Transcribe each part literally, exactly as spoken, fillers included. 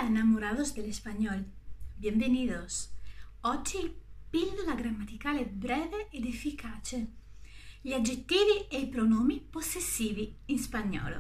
enamorados del español. Bienvenidos. Oggi pillola grammaticale breve ed efficace. Gli aggettivi e i pronomi possessivi in spagnolo.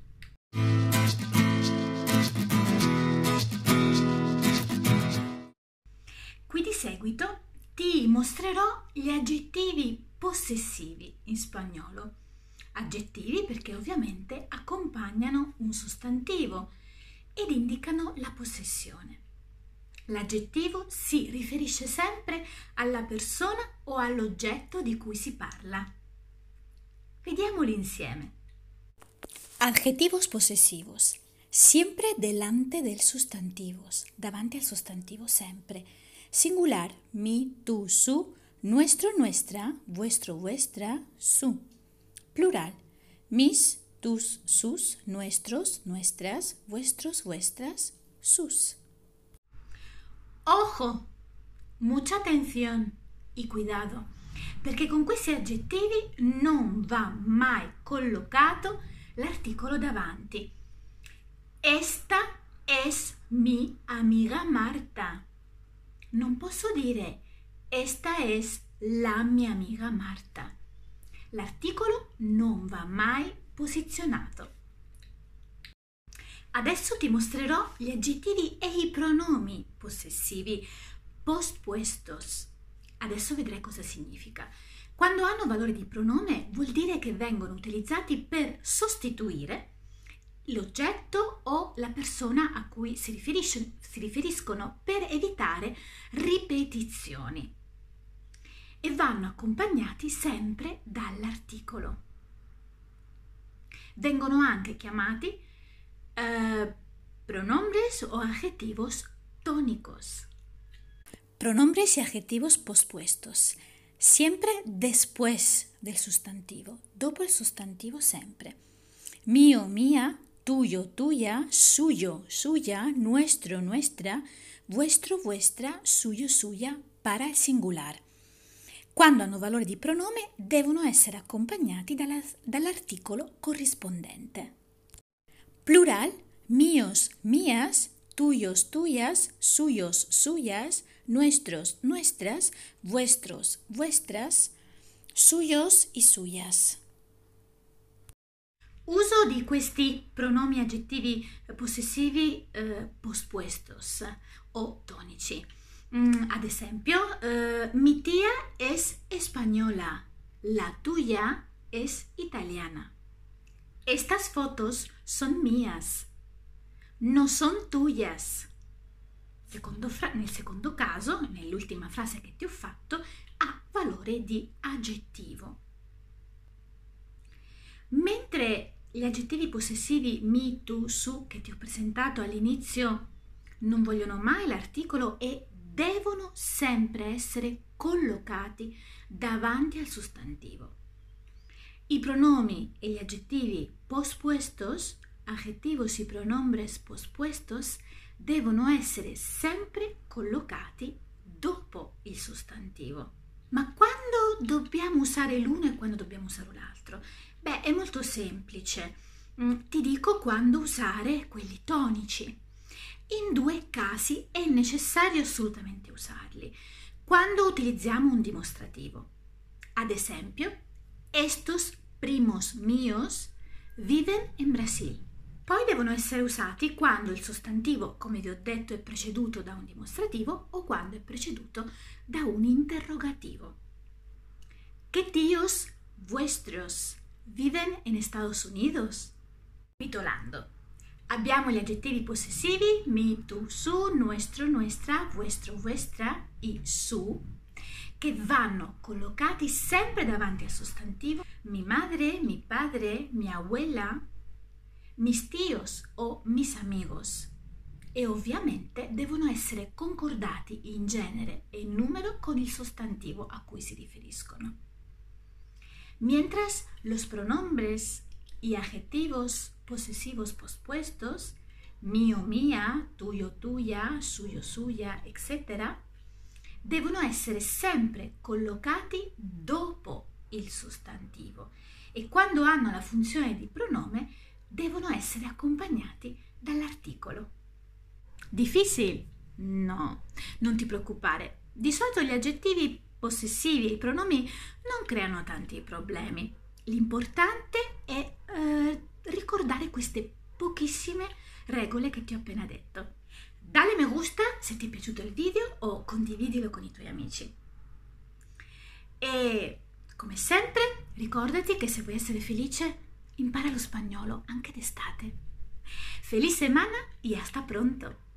Qui di seguito ti mostrerò gli aggettivi possessivi in spagnolo. Aggettivi perché ovviamente accompagnano un sostantivo ed indicano la possessione. L'aggettivo si riferisce sempre alla persona o all'oggetto di cui si parla. Vediamoli insieme. Adjetivos posesivos. Siempre delante del sustantivos. Davanti al sostantivo sempre. Singular, mi, tu, su, nuestro, nuestra, vuestro, vuestra, su. Plural, mis, tus, sus, nuestros, nuestras, vuestros, vuestras, sus. Ojo, mucha atención y cuidado, perché con questi aggettivi non va mai collocato l'articolo davanti. Esta es mi amiga Marta. Non posso dire esta es la mia amiga Marta. L'articolo non va mai posizionato. Adesso ti mostrerò gli aggettivi e i pronomi possessivi postpuestos. Adesso vedrai cosa significa. Quando hanno valore di pronome vuol dire che vengono utilizzati per sostituire l'oggetto o la persona a cui si, riferisce, si riferiscono per evitare ripetizioni e vanno accompagnati sempre dall'articolo. Vengono anche chiamati eh, pronombres o adjetivos tónicos. Pronombres y adjetivos pospuestos. Siempre después del sustantivo. Dopo il sustantivo sempre. Mio, mia, tuyo, tuya, suyo, suya, nuestro, nuestra, vuestro, vuestra, suyo, suya, para il singular. Quando hanno valore di pronome devono essere accompagnati dalla, dall'articolo corrispondente. Plural, míos, mías, tuyos, tuyas, suyos, suyas, nuestros, nuestras, vuestros, vuestras, suyos y suyas. Uso di questi pronomi aggettivi possessivi eh, pospuestos o tonici. Mm, ad esempio, eh, mi tía es española, la tuya es italiana. Estas fotos son mías, no son tuyas. Secondo fra- nel secondo caso, nell'ultima frase che ti ho fatto, ha valore di aggettivo. Mentre gli aggettivi possessivi mi, tu, su che ti ho presentato all'inizio non vogliono mai l'articolo e devono sempre essere collocati davanti al sostantivo. I pronomi e gli aggettivi pospuestos, adjetivos y pronombres pospuestos, devono essere sempre collocati dopo il sostantivo. Ma quando dobbiamo usare l'uno e quando dobbiamo usare l'altro? Beh, è molto semplice. Ti dico quando usare quelli tonici. In due casi è necessario assolutamente usarli. Quando utilizziamo un dimostrativo. Ad esempio, estos primos míos viven en Brasil. Poi devono essere usati quando il sostantivo, come vi ho detto, è preceduto da un dimostrativo o quando è preceduto da un interrogativo. ¿Qué tíos vuestros viven en Estados Unidos? Capitolando. Abbiamo gli aggettivi possessivi mi, tu, su, nuestro, nuestra, vuestro, vuestra e su, che vanno collocati sempre davanti al sostantivo mi madre, mi padre, mi abuela, mis tíos o mis amigos e ovviamente devono essere concordati in genere e numero con il sostantivo a cui si riferiscono. Mientras los pronombres y adjetivos posesivos pospuestos, mio, mia, tuyo, tuya, suyo, suya, eccetera, devono essere sempre collocati dopo il sostantivo e quando hanno la funzione di pronome devono essere accompagnati dall'articolo. Difficile? No, non ti preoccupare. Di solito gli aggettivi possessivi e i pronomi non creano tanti problemi. L'importante è eh, ricordare queste pochissime regole che ti ho appena detto. Dale me gusta se ti è piaciuto il video o condividilo con i tuoi amici. E come sempre, ricordati che se vuoi essere felice, impara lo spagnolo anche d'estate. Feliz semana y hasta pronto!